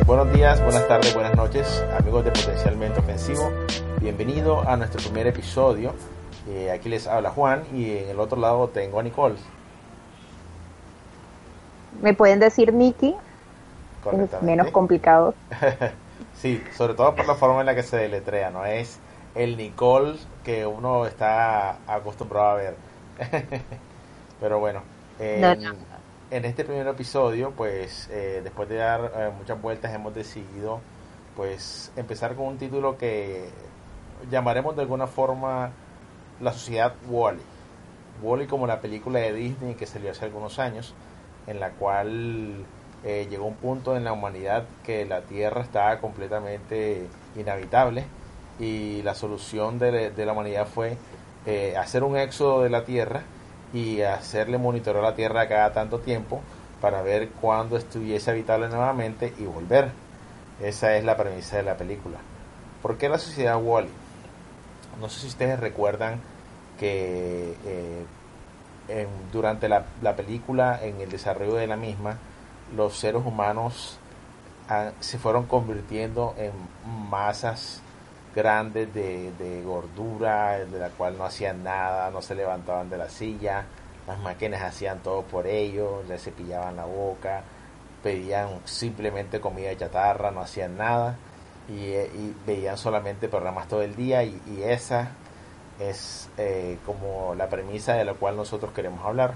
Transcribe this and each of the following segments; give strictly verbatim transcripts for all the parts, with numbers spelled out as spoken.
Buenos días, buenas tardes, buenas noches, amigos de Potencialmente Ofensivo. Bienvenido a nuestro primer episodio. Eh, aquí les habla Juan y en el otro lado tengo a Nicole. Me pueden decir Nikki, es menos complicado. Sí, sobre todo por la forma en la que se deletrea, no es el Nicole que uno está acostumbrado a ver. Pero bueno, en, No, no. en este primer episodio, pues eh, después de dar eh, muchas vueltas, hemos decidido pues empezar con un título que llamaremos de alguna forma La Sociedad Wall-E. Wall-E como la película de Disney que salió hace algunos años, en la cual eh, llegó un punto en la humanidad que la Tierra estaba completamente inhabitable y la solución de, de la humanidad fue eh, hacer un éxodo de la Tierra y hacerle monitoreo a la Tierra cada tanto tiempo para ver cuándo estuviese habitable nuevamente y volver. Esa es la premisa de la película. ¿Por qué la sociedad Wall-E? No sé si ustedes recuerdan que eh, en, durante la, la película, en el desarrollo de la misma, los seres humanos han, se fueron convirtiendo en masas grandes de, de gordura, de la cual no hacían nada, no se levantaban de la silla, las máquinas hacían todo por ellos, les cepillaban la boca, pedían simplemente comida chatarra, no hacían nada y, y veían solamente programas todo el día y, y esa es eh, como la premisa de la cual nosotros queremos hablar.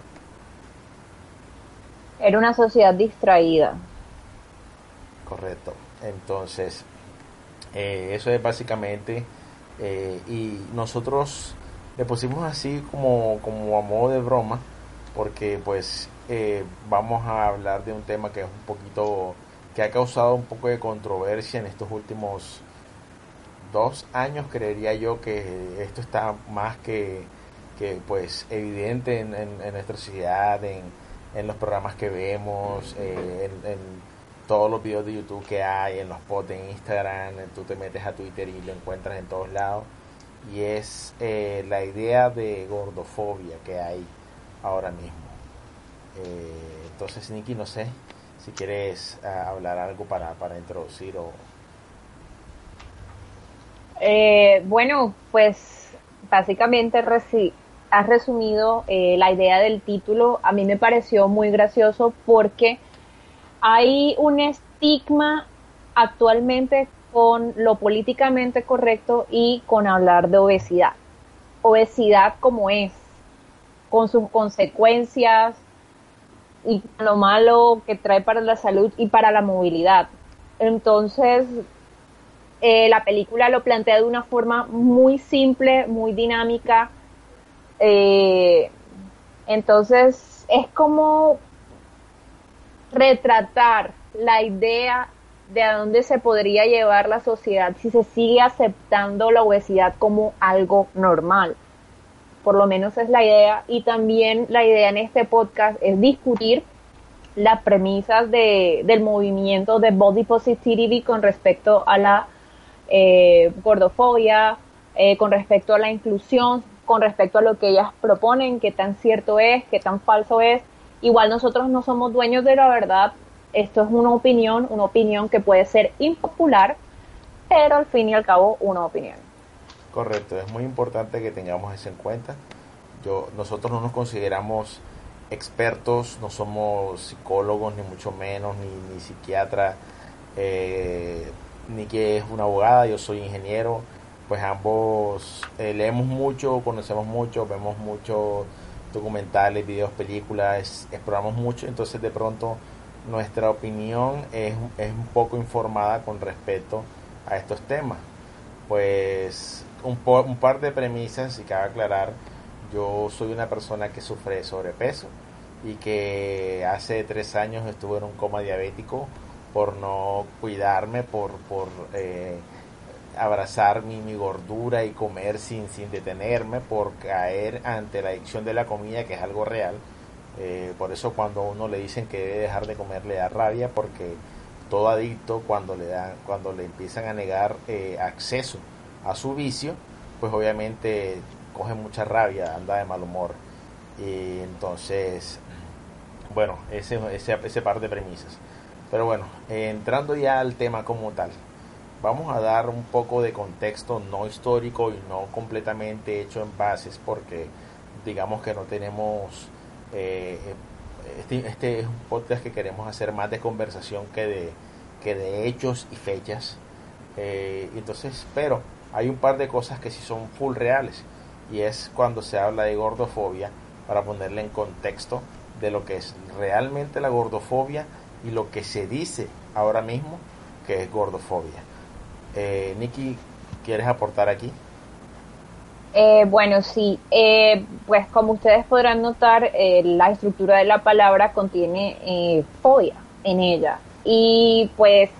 Era una sociedad distraída. Correcto. Entonces, eh, eso es básicamente, eh, y nosotros le pusimos así como, como a modo de broma, porque pues eh, vamos a hablar de un tema que es un poquito, que ha causado un poco de controversia en estos últimos dos años. Creería yo que esto está más que, que pues evidente en, en, en nuestra sociedad, en, en los programas que vemos, eh, en, en todos los videos de YouTube que hay, en los posts de Instagram, tú te metes a Twitter y lo encuentras en todos lados. Y es eh, la idea de gordofobia que hay ahora mismo. Eh, entonces, Nikki, no sé si quieres uh, hablar algo para, para introducir o... Eh, bueno, pues básicamente reci- has resumido eh, la idea del título. A mí me pareció muy gracioso porque hay un estigma actualmente con lo políticamente correcto y con hablar de obesidad. Obesidad como es, con sus consecuencias y lo malo que trae para la salud y para la movilidad. Entonces, eh, la película lo plantea de una forma muy simple, muy dinámica. Eh, entonces, es como retratar la idea de a dónde se podría llevar la sociedad si se sigue aceptando la obesidad como algo normal. Por lo menos es la idea. Y también la idea en este podcast es discutir las premisas de, del movimiento de Body Positivity con respecto a la eh, gordofobia, eh, con respecto a la inclusión, con respecto a lo que ellas proponen, qué tan cierto es, qué tan falso es. Igual nosotros no somos dueños de la verdad, esto es una opinión, una opinión que puede ser impopular, pero al fin y al cabo una opinión. Correcto, es muy importante que tengamos eso en cuenta. Yo, nosotros no nos consideramos expertos, no somos psicólogos ni mucho menos, ni, ni psiquiatra, eh, ni que es una abogada, yo soy ingeniero, pues ambos eh, leemos mucho, conocemos mucho, vemos muchos documentales, videos, películas, exploramos mucho, entonces de pronto nuestra opinión es, es un poco informada con respecto a estos temas. Pues un, po, un par de premisas y cabe aclarar, yo soy una persona que sufre de sobrepeso y que hace tres años estuve en un coma diabético por no cuidarme, por, por eh, abrazar mi, mi gordura y comer sin, sin detenerme, por caer ante la adicción de la comida, que es algo real. Eh, por eso cuando a uno le dicen que debe dejar de comer le da rabia, porque todo adicto cuando le dan, cuando le empiezan a negar eh, acceso a su vicio, pues obviamente coge mucha rabia, anda de mal humor. Y entonces, bueno, ese, ese, ese par de premisas. Pero bueno, eh, entrando ya al tema como tal, vamos a dar un poco de contexto no histórico y no completamente hecho en bases porque digamos que no tenemos... Eh, este, este es un podcast que queremos hacer más de conversación que de, que de hechos y fechas. Eh, entonces, pero hay un par de cosas que sí son full reales y es cuando se habla de gordofobia para ponerle en contexto de lo que es realmente la gordofobia y lo que se dice ahora mismo que es gordofobia. Eh, Nikki, ¿quieres aportar aquí? Eh, bueno, sí, eh, pues como ustedes podrán notar, eh, la estructura de la palabra contiene eh, fobia en ella. Y pues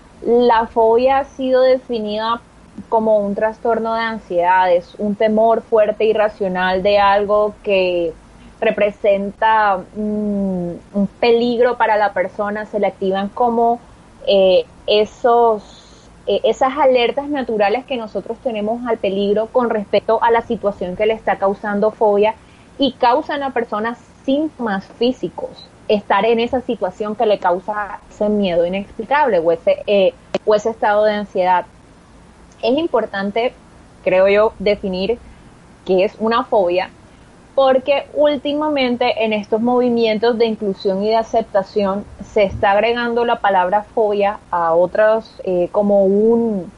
la fobia ha sido definida como un trastorno de ansiedades, un temor fuerte e irracional de algo que representa mm, un peligro para la persona. Se le activan como eh, esos eh, esas alertas naturales que nosotros tenemos al peligro con respecto a la situación que le está causando fobia, y causan a personas síntomas físicos estar en esa situación que le causa ese miedo inexplicable o ese, eh, o ese estado de ansiedad. Es importante, creo yo, definir qué es una fobia, porque últimamente en estos movimientos de inclusión y de aceptación se está agregando la palabra fobia a otros, eh, como un,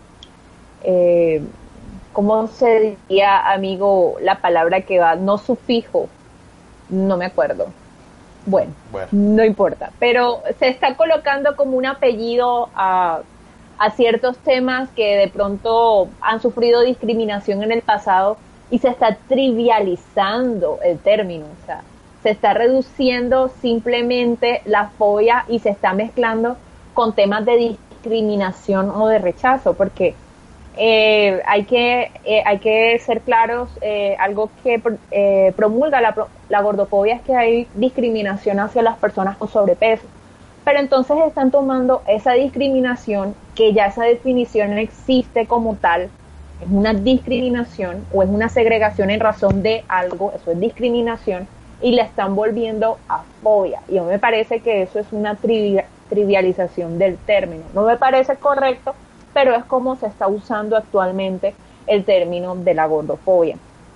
eh, ¿cómo se diría, amigo, la palabra que va? No sufijo, no me acuerdo. Bueno, Bueno, no importa, pero se está colocando como un apellido a, a ciertos temas que de pronto han sufrido discriminación en el pasado, y se está trivializando el término, o sea, se está reduciendo simplemente la fobia y se está mezclando con temas de discriminación o de rechazo, porque eh, hay que eh, hay que ser claros, eh, algo que eh, promulga la, la gordofobia es que hay discriminación hacia las personas con sobrepeso, pero entonces están tomando esa discriminación, que ya esa definición no existe como tal, es una discriminación o es una segregación en razón de algo, eso es discriminación, y la están volviendo a fobia, y a mí me parece que eso es una trivi trivialización del término, no me parece correcto, pero es como se está usando actualmente el término de la gordofobia.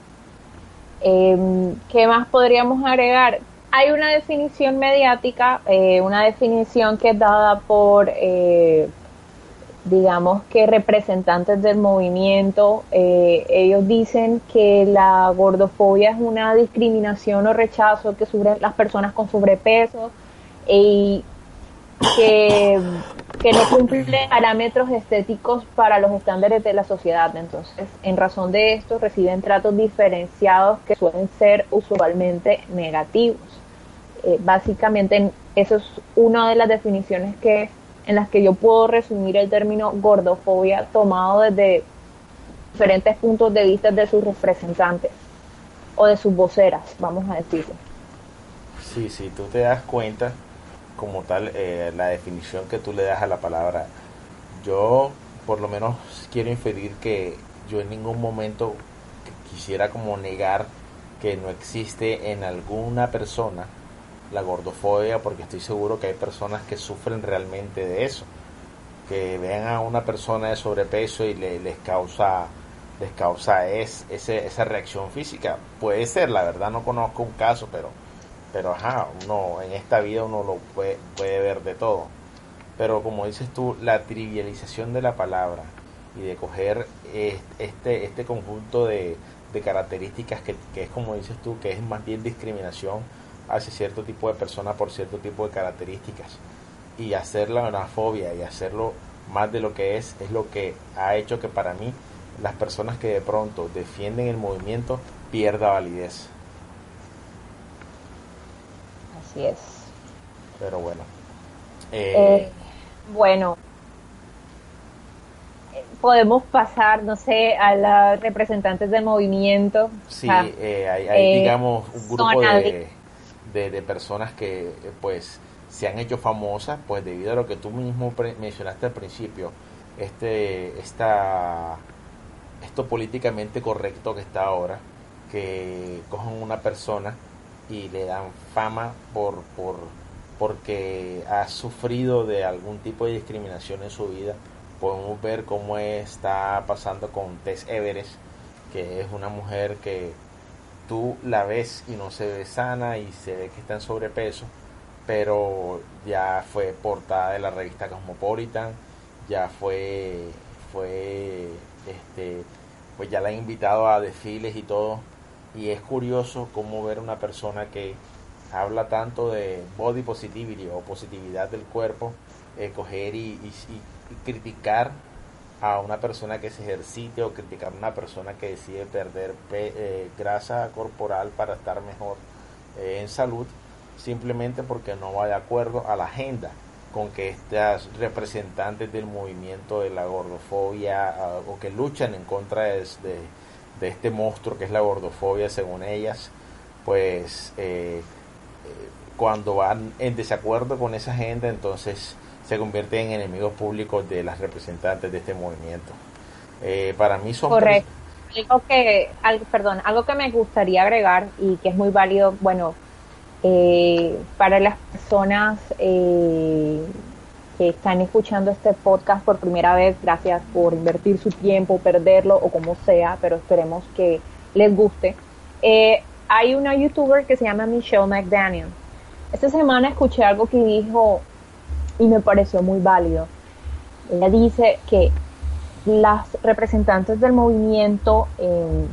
Eh, ¿Qué más podríamos agregar? Hay una definición mediática, eh, una definición que es dada por, eh, digamos que representantes del movimiento. Eh, ellos dicen que la gordofobia es una discriminación o rechazo que sufren las personas con sobrepeso y que, que no cumple parámetros estéticos para los estándares de la sociedad. Entonces, en razón de esto, reciben tratos diferenciados que suelen ser usualmente negativos. Eh, básicamente, eso es una de las definiciones que en las que yo puedo resumir el término gordofobia, tomado desde diferentes puntos de vista de sus representantes o de sus voceras, vamos a decirlo. sí, sí, tú te das cuenta como tal, eh, la definición que tú le das a la palabra, yo por lo menos quiero inferir que yo en ningún momento quisiera como negar que no existe en alguna persona la gordofobia, porque estoy seguro que hay personas que sufren realmente de eso, que vean a una persona de sobrepeso y le, les causa les causa es, ese, esa reacción física. Puede ser, la verdad no conozco un caso, pero pero ajá, uno en esta vida uno lo puede, puede ver de todo. Pero como dices tú, la trivialización de la palabra y de coger este, este conjunto de, de características que, que es como dices tú, que es más bien discriminación hacia cierto tipo de persona por cierto tipo de características, y hacerla una fobia y hacerlo más de lo que es, es lo que ha hecho que para mí las personas que de pronto defienden el movimiento pierda validez. Así es. Pero bueno, Eh, eh, bueno, podemos pasar, no sé, a las representantes del movimiento. sí, Ah, eh, hay, hay, eh, digamos un grupo Sonali. de, de, de personas que eh, pues se han hecho famosas pues debido a lo que tú mismo pre mencionaste al principio, este esta esto políticamente correcto que está ahora, que cogen una persona y le dan fama por por porque ha sufrido de algún tipo de discriminación en su vida. Podemos ver cómo está pasando con Tess Everest, que es una mujer que tú la ves y no se ve sana y se ve que está en sobrepeso, pero ya fue portada de la revista Cosmopolitan, ya fue fue este pues ya la han invitado a desfiles y todo, y es curioso cómo ver una persona que habla tanto de body positivity o positividad del cuerpo, eh, coger y, y, y criticar a una persona que se ejercite, o criticar a una persona que decide perder pe, eh, grasa corporal para estar mejor eh, en salud, simplemente porque no va de acuerdo a la agenda con que estas representantes del movimiento de la gordofobia, uh, o que luchan en contra de, de, de este monstruo que es la gordofobia según ellas, pues eh, eh, cuando van en desacuerdo con esa agenda, entonces se convierten en enemigos públicos de las representantes de este movimiento. Eh, para mí son... Correcto. Algo que, algo, perdón, algo que me gustaría agregar y que es muy válido, bueno, eh, para las personas eh, que están escuchando este podcast por primera vez, gracias por invertir su tiempo, perderlo o como sea, pero esperemos que les guste. Eh, hay una youtuber que se llama Michelle McDaniel. Esta semana escuché algo que dijo y me pareció muy válido. Ella dice que las representantes del movimiento eh,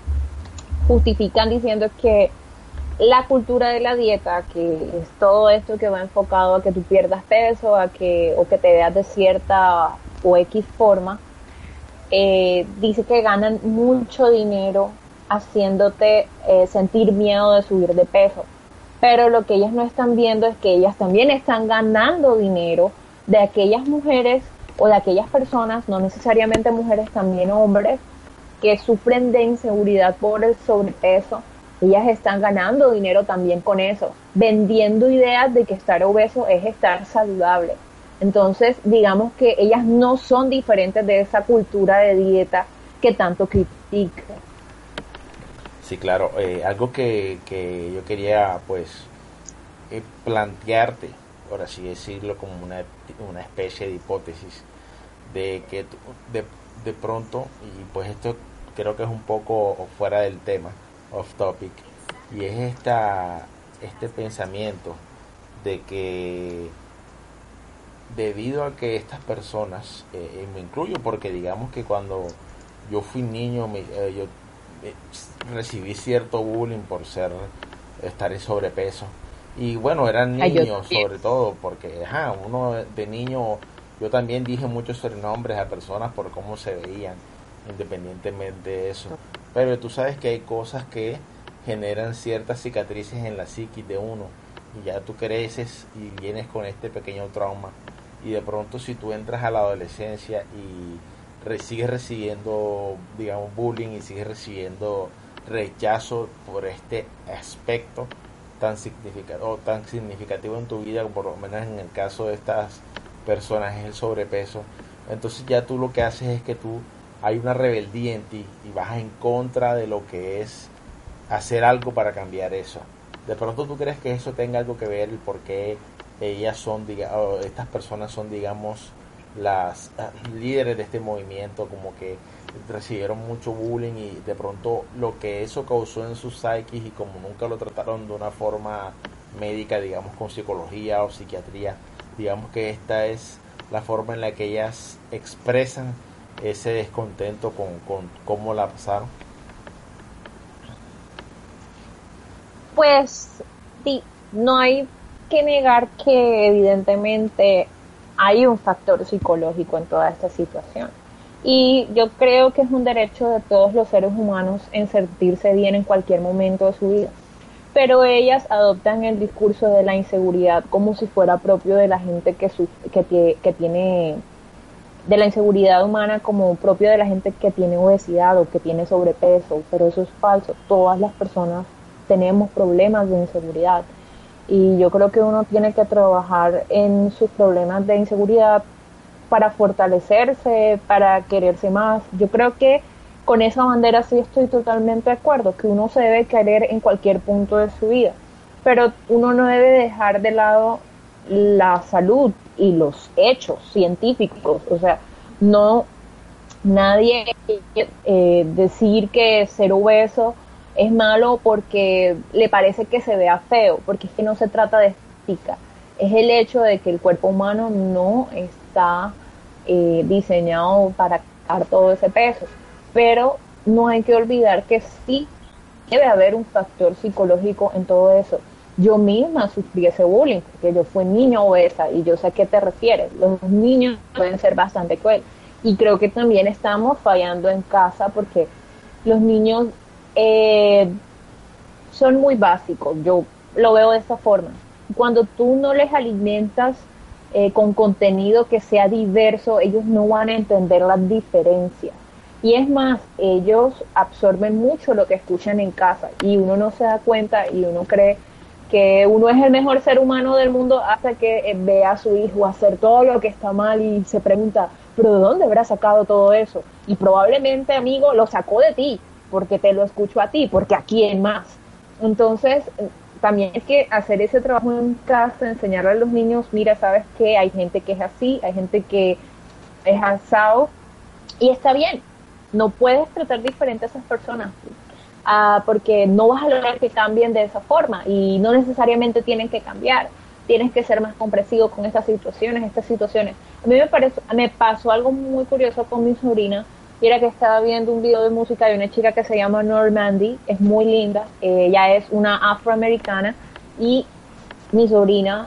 justifican diciendo que la cultura de la dieta, que es todo esto que va enfocado a que tú pierdas peso, a que o que te veas de cierta o X forma, eh, dice que ganan mucho dinero haciéndote eh, sentir miedo de subir de peso. Pero lo que ellas no están viendo es que ellas también están ganando dinero de aquellas mujeres o de aquellas personas, no necesariamente mujeres, también hombres, que sufren de inseguridad por el sobrepeso. Ellas están ganando dinero también con eso, vendiendo ideas de que estar obeso es estar saludable. Entonces, digamos que ellas no son diferentes de esa cultura de dieta que tanto critican. Sí, claro. Eh, algo que, que yo quería, pues, eh, plantearte, por así decirlo, como una, una especie de hipótesis, de que de, de pronto, y pues esto creo que es un poco fuera del tema, off topic, y es esta este pensamiento de que debido a que estas personas, eh, me incluyo porque digamos que cuando yo fui niño, me, eh, yo eh, recibí cierto bullying por ser estar en sobrepeso, y bueno, eran niños sobre todo, porque ajá, uno de niño, yo también dije muchos sobrenombres a personas por cómo se veían, independientemente de eso, pero tú sabes que hay cosas que generan ciertas cicatrices en la psiquis de uno, y ya tú creces y vienes con este pequeño trauma, y de pronto si tú entras a la adolescencia y re, sigues recibiendo, digamos, bullying, y sigues recibiendo rechazo por este aspecto tan significativo, o tan significativo en tu vida, por lo menos en el caso de estas personas es el sobrepeso, entonces ya tú lo que haces es que tú, hay una rebeldía en ti y vas en contra de lo que es hacer algo para cambiar eso. De pronto tú crees que eso tenga algo que ver, el por qué ellas son, digamos, estas personas son, digamos, las uh, líderes de este movimiento, como que recibieron mucho bullying y de pronto lo que eso causó en sus psiquis, y como nunca lo trataron de una forma médica, digamos con psicología o psiquiatría, digamos que esta es la forma en la que ellas expresan ese descontento con, con cómo la pasaron. Pues sí, no hay que negar que evidentemente hay un factor psicológico en toda esta situación. Y yo creo que es un derecho de todos los seres humanos en sentirse bien en cualquier momento de su vida. Pero ellas adoptan el discurso de la inseguridad como si fuera propio de la gente que, su, que, que tiene, de la inseguridad humana como propio de la gente que tiene obesidad o que tiene sobrepeso, pero eso es falso. Todas las personas tenemos problemas de inseguridad y yo creo que uno tiene que trabajar en sus problemas de inseguridad para fortalecerse, para quererse más. Yo creo que con esa bandera sí estoy totalmente de acuerdo, que uno se debe querer en cualquier punto de su vida, pero uno no debe dejar de lado la salud y los hechos científicos. O sea, no nadie eh, decir que ser obeso es malo porque le parece que se vea feo, porque es que no se trata de estética, es el hecho de que el cuerpo humano no está eh, diseñado para cargar todo ese peso, pero no hay que olvidar que sí debe haber un factor psicológico en todo eso. Yo misma sufrí ese bullying, porque yo fui niña obesa y yo sé a qué te refieres. Los niños pueden ser bastante crueles. Y creo que también estamos fallando en casa porque los niños eh, son muy básicos. Yo lo veo de esta forma. Cuando tú no les alimentas eh, con contenido que sea diverso, ellos no van a entender las diferencias. Y es más, ellos absorben mucho lo que escuchan en casa y uno no se da cuenta y uno cree que uno es el mejor ser humano del mundo hasta que eh, ve a su hijo hacer todo lo que está mal y se pregunta, pero ¿de dónde habrá sacado todo eso? Y probablemente, amigo, lo sacó de ti, porque te lo escucho a ti, porque a quién más. Entonces, también hay que hacer ese trabajo en casa, enseñarle a los niños, mira, ¿sabes qué? Hay gente que es así, hay gente que es asado, y está bien. No puedes tratar diferente a esas personas, uh, porque no vas a lograr que cambien de esa forma, y no necesariamente tienen que cambiar. Tienes que ser más comprensivo con estas situaciones, estas situaciones. A mí me, parece, me pasó algo muy curioso con mi sobrina, y era que estaba viendo un video de música de una chica que se llama Normandy, es muy linda, eh, ella es una afroamericana, y mi sobrina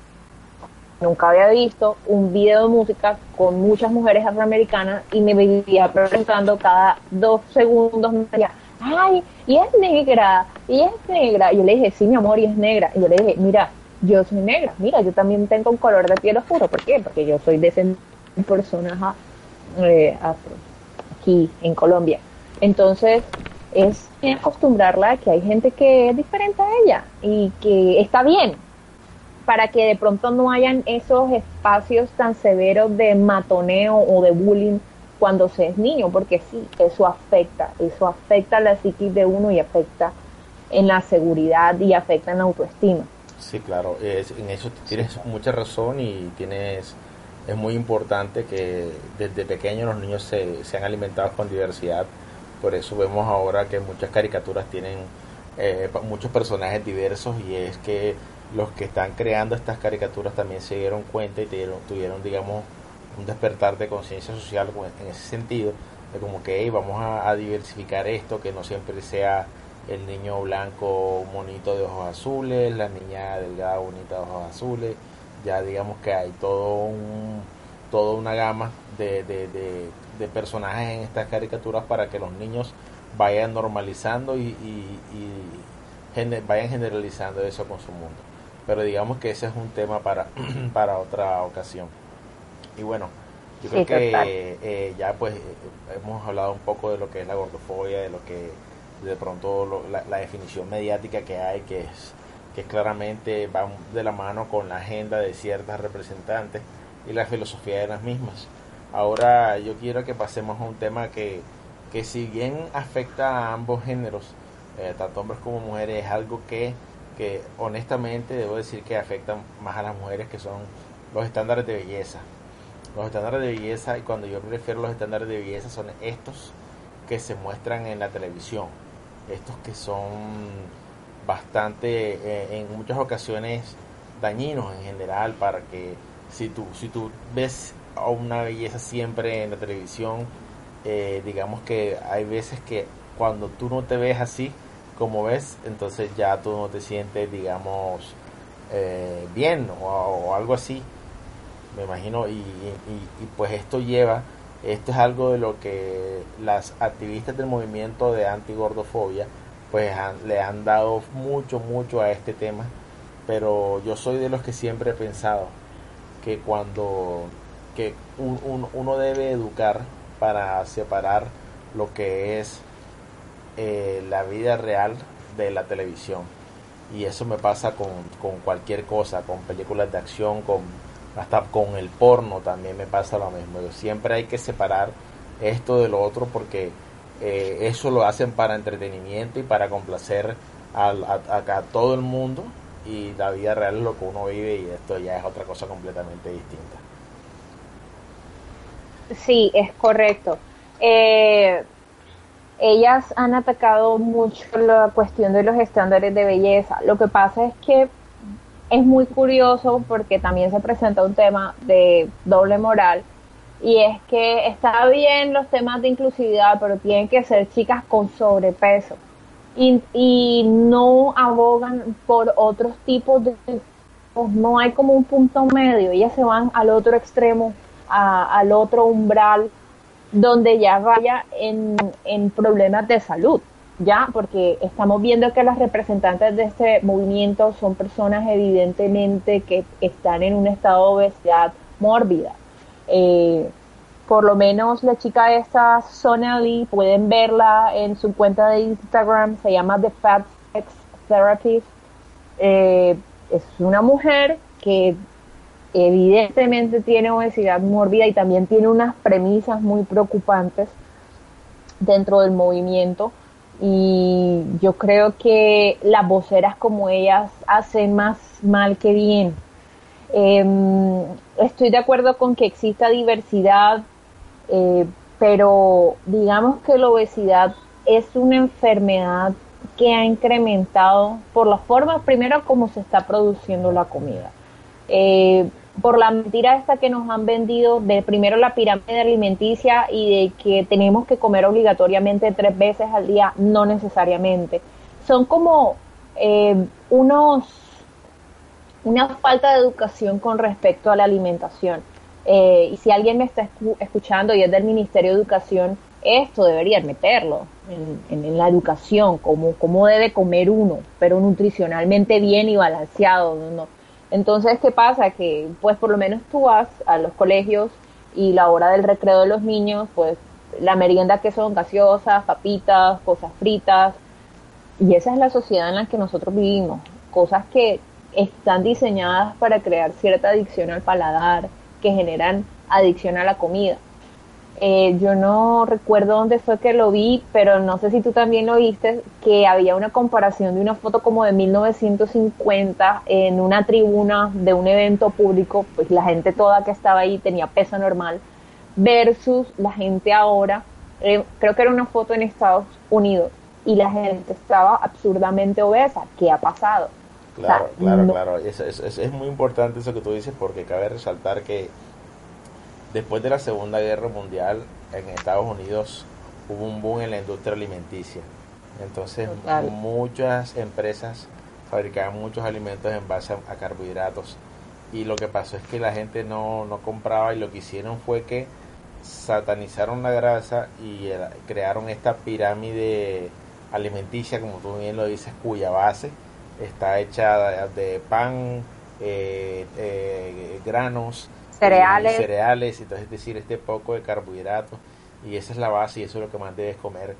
nunca había visto un video de música con muchas mujeres afroamericanas y me vivía preguntando cada dos segundos, me decía, ay, y es negra, y es negra. Y yo le dije, sí, mi amor, y es negra. Y yo le dije, mira, yo soy negra, mira, yo también tengo un color de piel oscuro. ¿Por qué? Porque yo soy de ese personaje eh, afro, aquí en Colombia. Entonces, es acostumbrarla a que hay gente que es diferente a ella y que está bien, para que de pronto no hayan esos espacios tan severos de matoneo o de bullying cuando se es niño, porque sí, eso afecta, eso afecta la psiquis de uno y afecta en la seguridad y afecta en la autoestima. Sí, claro, es, en eso tienes mucha razón y tienes, es muy importante que desde pequeños los niños se, sean alimentados con diversidad. Por eso vemos ahora que muchas caricaturas tienen eh, muchos personajes diversos, y es que los que están creando estas caricaturas también se dieron cuenta y tuvieron, tuvieron digamos, un despertar de conciencia social en ese sentido, de como que hey, vamos a, a diversificar esto, que no siempre sea el niño blanco monito de ojos azules, la niña delgada bonita de ojos azules. Ya digamos que hay todo un toda una gama de, de, de, de personajes en estas caricaturas para que los niños vayan normalizando y, y, y gener, vayan generalizando eso con su mundo. Pero digamos que ese es un tema para, para otra ocasión. Y bueno, yo creo sí, que eh, ya pues hemos hablado un poco de lo que es la gordofobia, de lo que de pronto lo, la, la definición mediática que hay, que es que claramente va de la mano con la agenda de ciertas representantes y la filosofía de las mismas. Ahora yo quiero que pasemos a un tema que, que si bien afecta a ambos géneros, eh, tanto hombres como mujeres, es algo que que honestamente debo decir que afectan más a las mujeres, que son los estándares de belleza. Los estándares de belleza, y cuando yo me refiero a los estándares de belleza, son estos que se muestran en la televisión, estos que son bastante, eh, en muchas ocasiones, dañinos en general, para que si tú, si tú ves a una belleza siempre en la televisión, eh, digamos que hay veces que cuando tú no te ves así como ves, entonces ya tú no te sientes, digamos, eh, bien o, o algo así, me imagino, y, y, y pues esto lleva, esto es algo de lo que las activistas del movimiento de antigordofobia pues han, le han dado mucho, mucho a este tema, pero yo soy de los que siempre he pensado que cuando que un, un, uno debe educar para separar lo que es Eh, la vida real de la televisión, y eso me pasa con, con cualquier cosa, con películas de acción, con hasta con el porno también me pasa lo mismo. Yo, siempre hay que separar esto de lo otro, porque eh, eso lo hacen para entretenimiento y para complacer a, a, a todo el mundo, y la vida real es lo que uno vive y esto ya es otra cosa completamente distinta. Sí, es correcto. Eh, Ellas han atacado mucho la cuestión de los estándares de belleza. Lo que pasa es que es muy curioso porque también se presenta un tema de doble moral y es que está bien los temas de inclusividad, pero tienen que ser chicas con sobrepeso y, y no abogan por otros tipos de, no hay como un punto medio, ellas se van al otro extremo, a, al otro umbral donde ya vaya en, en problemas de salud, ya, porque estamos viendo que las representantes de este movimiento son personas evidentemente que están en un estado de obesidad mórbida. Eh, por lo menos la chica esta, Sonia Lee, pueden verla en su cuenta de Instagram, se llama The Fat Sex Therapist. Eh, es una mujer que evidentemente tiene obesidad mórbida y también tiene unas premisas muy preocupantes dentro del movimiento, y yo creo que las voceras como ellas hacen más mal que bien. Eh, Estoy de acuerdo con que exista diversidad, eh, pero digamos que la obesidad es una enfermedad que ha incrementado por las formas, primero, como se está produciendo la comida. Eh, por la mentira esta que nos han vendido de primero la pirámide alimenticia y de que tenemos que comer obligatoriamente tres veces al día, no necesariamente. Son como eh, unos una falta de educación con respecto a la alimentación. Eh, y si alguien me está escu- escuchando y es del Ministerio de Educación, esto deberían meterlo en, en, en la educación, cómo, cómo debe comer uno, pero nutricionalmente bien y balanceado, ¿no? No. Entonces, ¿qué pasa? Que pues por lo menos tú vas a los colegios y la hora del recreo de los niños, pues la merienda que son gaseosas, papitas, cosas fritas, y esa es la sociedad en la que nosotros vivimos, cosas que están diseñadas para crear cierta adicción al paladar, que generan adicción a la comida. Eh, yo no recuerdo dónde fue que lo vi, pero no sé si tú también lo viste, que había una comparación de una foto como de mil novecientos cincuenta en una tribuna de un evento público, pues la gente toda que estaba ahí tenía peso normal, versus la gente ahora, eh, creo que era una foto en Estados Unidos, y la gente estaba absurdamente obesa. ¿Qué ha pasado? O sea, Claro, claro, no. claro. Es, es, es, es muy importante eso que tú dices porque cabe resaltar que después de la Segunda Guerra Mundial en Estados Unidos hubo un boom en la industria alimenticia. Entonces Total. muchas empresas fabricaban muchos alimentos en base a, a carbohidratos. Y lo que pasó es que la gente no, no compraba y lo que hicieron fue que satanizaron la grasa y eh, crearon esta pirámide alimenticia, como tú bien lo dices, cuya base está hecha de, de pan, eh, eh, granos, y Cereales. cereales, entonces es decir, este poco de carbohidratos, y esa es la base y eso es lo que más debes comer.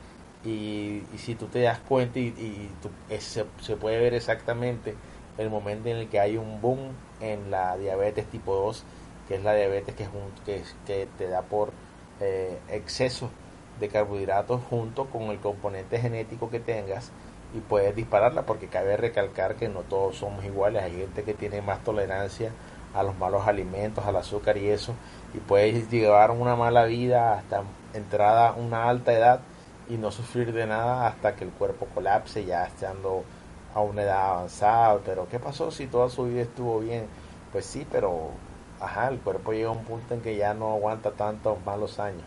Y, y si tú te das cuenta y, y tú, es, se, se puede ver exactamente el momento en el que hay un boom en la diabetes tipo dos, que es la diabetes que, es un, que, que te da por eh, exceso de carbohidratos junto con el componente genético que tengas, y puedes dispararla, porque cabe recalcar que no todos somos iguales. Hay gente que tiene más tolerancia a los malos alimentos, al azúcar y eso, y puedes llevar una mala vida hasta entrada a una alta edad y no sufrir de nada hasta que el cuerpo colapse ya estando a una edad avanzada. Pero ¿qué pasó si toda su vida estuvo bien? Pues sí, pero ajá, el cuerpo llega a un punto en que ya no aguanta tantos malos años.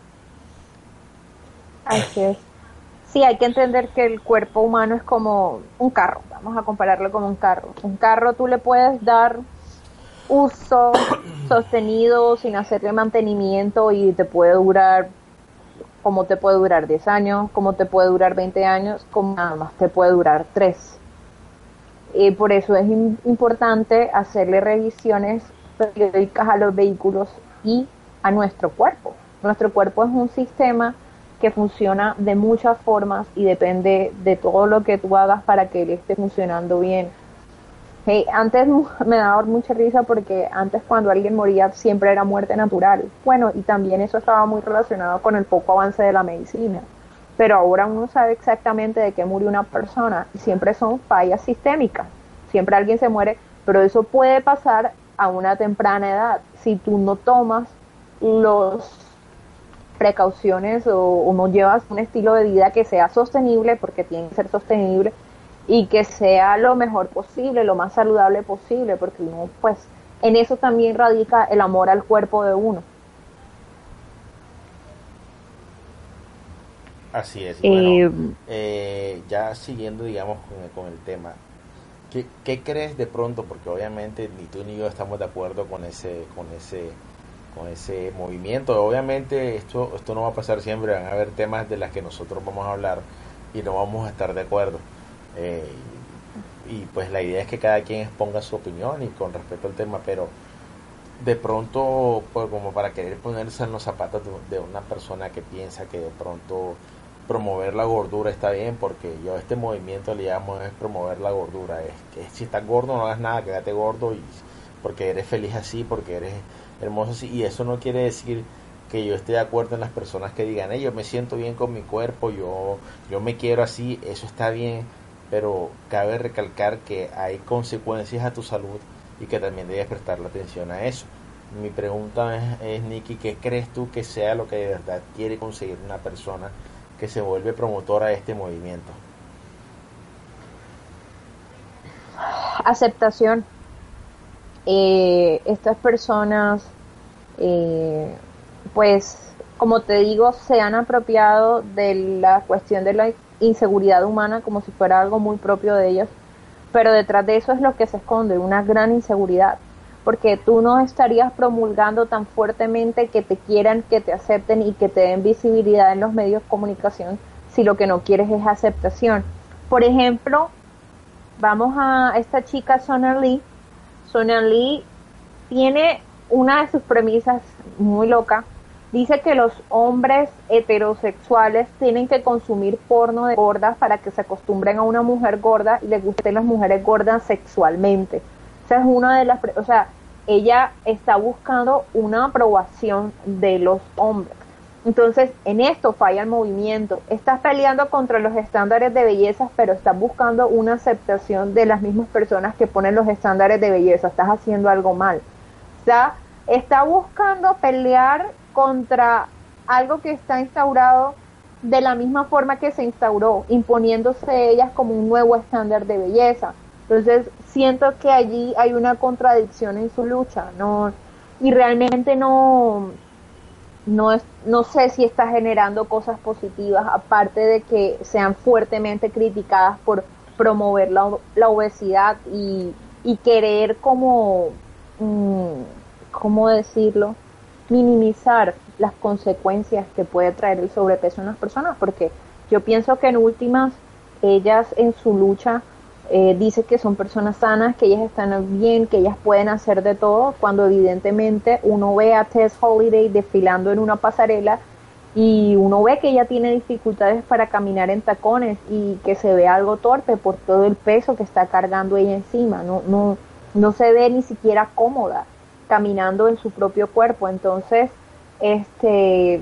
Así es. Sí, hay que entender que el cuerpo humano es como un carro, vamos a compararlo como un carro. Un carro tú le puedes dar uso sostenido sin hacerle mantenimiento y te puede durar, como te puede durar diez años, como te puede durar veinte años, como nada más te puede durar tres. Y por eso es in- importante hacerle revisiones periódicas a los vehículos y a nuestro cuerpo. Nuestro cuerpo es un sistema que funciona de muchas formas y depende de todo lo que tú hagas para que él esté funcionando bien. Hey, antes me daba mucha risa porque antes cuando alguien moría siempre era muerte natural. Bueno, y también eso estaba muy relacionado con el poco avance de la medicina. Pero ahora uno sabe exactamente de qué murió una persona y siempre son fallas sistémicas. siempre alguien se muere, pero eso puede pasar a una temprana edad si tú no tomas los precauciones o, o no llevas un estilo de vida que sea sostenible, porque tiene que ser sostenible, y que sea lo mejor posible, lo más saludable posible, porque uno, pues, en eso también radica el amor al cuerpo de uno. Así es. Y bueno, Eh, eh, ya siguiendo, digamos, con el, con el tema, ¿qué, ¿qué crees de pronto? Porque obviamente ni tú ni yo estamos de acuerdo con ese, con ese, con ese movimiento. Obviamente esto, esto no va a pasar siempre, van a haber temas de las que nosotros vamos a hablar y no vamos a estar de acuerdo. Eh, y pues la idea es que cada quien exponga su opinión y con respecto al tema, pero de pronto, pues, como para querer ponerse en los zapatos de, de una persona que piensa que de pronto promover la gordura está bien, porque yo a este movimiento le llamo es promover la gordura, es que si estás gordo no hagas nada, quédate gordo y porque eres feliz así, porque eres hermoso así, y eso no quiere decir que yo esté de acuerdo en las personas que digan, hey, yo me siento bien con mi cuerpo, yo, yo me quiero así, eso está bien, pero cabe recalcar que hay consecuencias a tu salud y que también debes prestarle atención a eso. Mi pregunta es, es, Nikki, ¿qué crees tú que sea lo que de verdad quiere conseguir una persona que se vuelve promotora de este movimiento? Aceptación. Eh, estas personas, eh, pues, como te digo, se han apropiado de la cuestión de la inseguridad humana como si fuera algo muy propio de ellas, pero detrás de eso es lo que se esconde, una gran inseguridad, porque tú no estarías promulgando tan fuertemente que te quieran, que te acepten y que te den visibilidad en los medios de comunicación si lo que no quieres es aceptación. Por ejemplo, vamos a esta chica Sonia Lee. Sonia Lee tiene una de sus premisas muy loca. Dice que los hombres heterosexuales tienen que consumir porno de gordas para que se acostumbren a una mujer gorda y les gusten las mujeres gordas sexualmente. Esa es una de las, o sea, ella está buscando una aprobación de los hombres. Entonces, en esto falla el movimiento. Estás peleando contra los estándares de belleza, pero estás buscando una aceptación de las mismas personas que ponen los estándares de belleza. Estás haciendo algo mal. O sea, está buscando pelear contra algo que está instaurado de la misma forma que se instauró, imponiéndose ellas como un nuevo estándar de belleza. Entonces, siento que allí hay una contradicción en su lucha, ¿no? Y realmente no... No, es, no sé si está generando cosas positivas, aparte de que sean fuertemente criticadas por promover la, la obesidad y, y querer como, mmm, ¿cómo decirlo? Minimizar las consecuencias que puede traer el sobrepeso en las personas, porque yo pienso que en últimas ellas en su lucha eh, dice que son personas sanas, que ellas están bien, que ellas pueden hacer de todo, cuando evidentemente uno ve a Tess Holiday desfilando en una pasarela y uno ve que ella tiene dificultades para caminar en tacones y que se ve algo torpe por todo el peso que está cargando ella encima, no, no, no se ve ni siquiera cómoda caminando en su propio cuerpo. Entonces, este...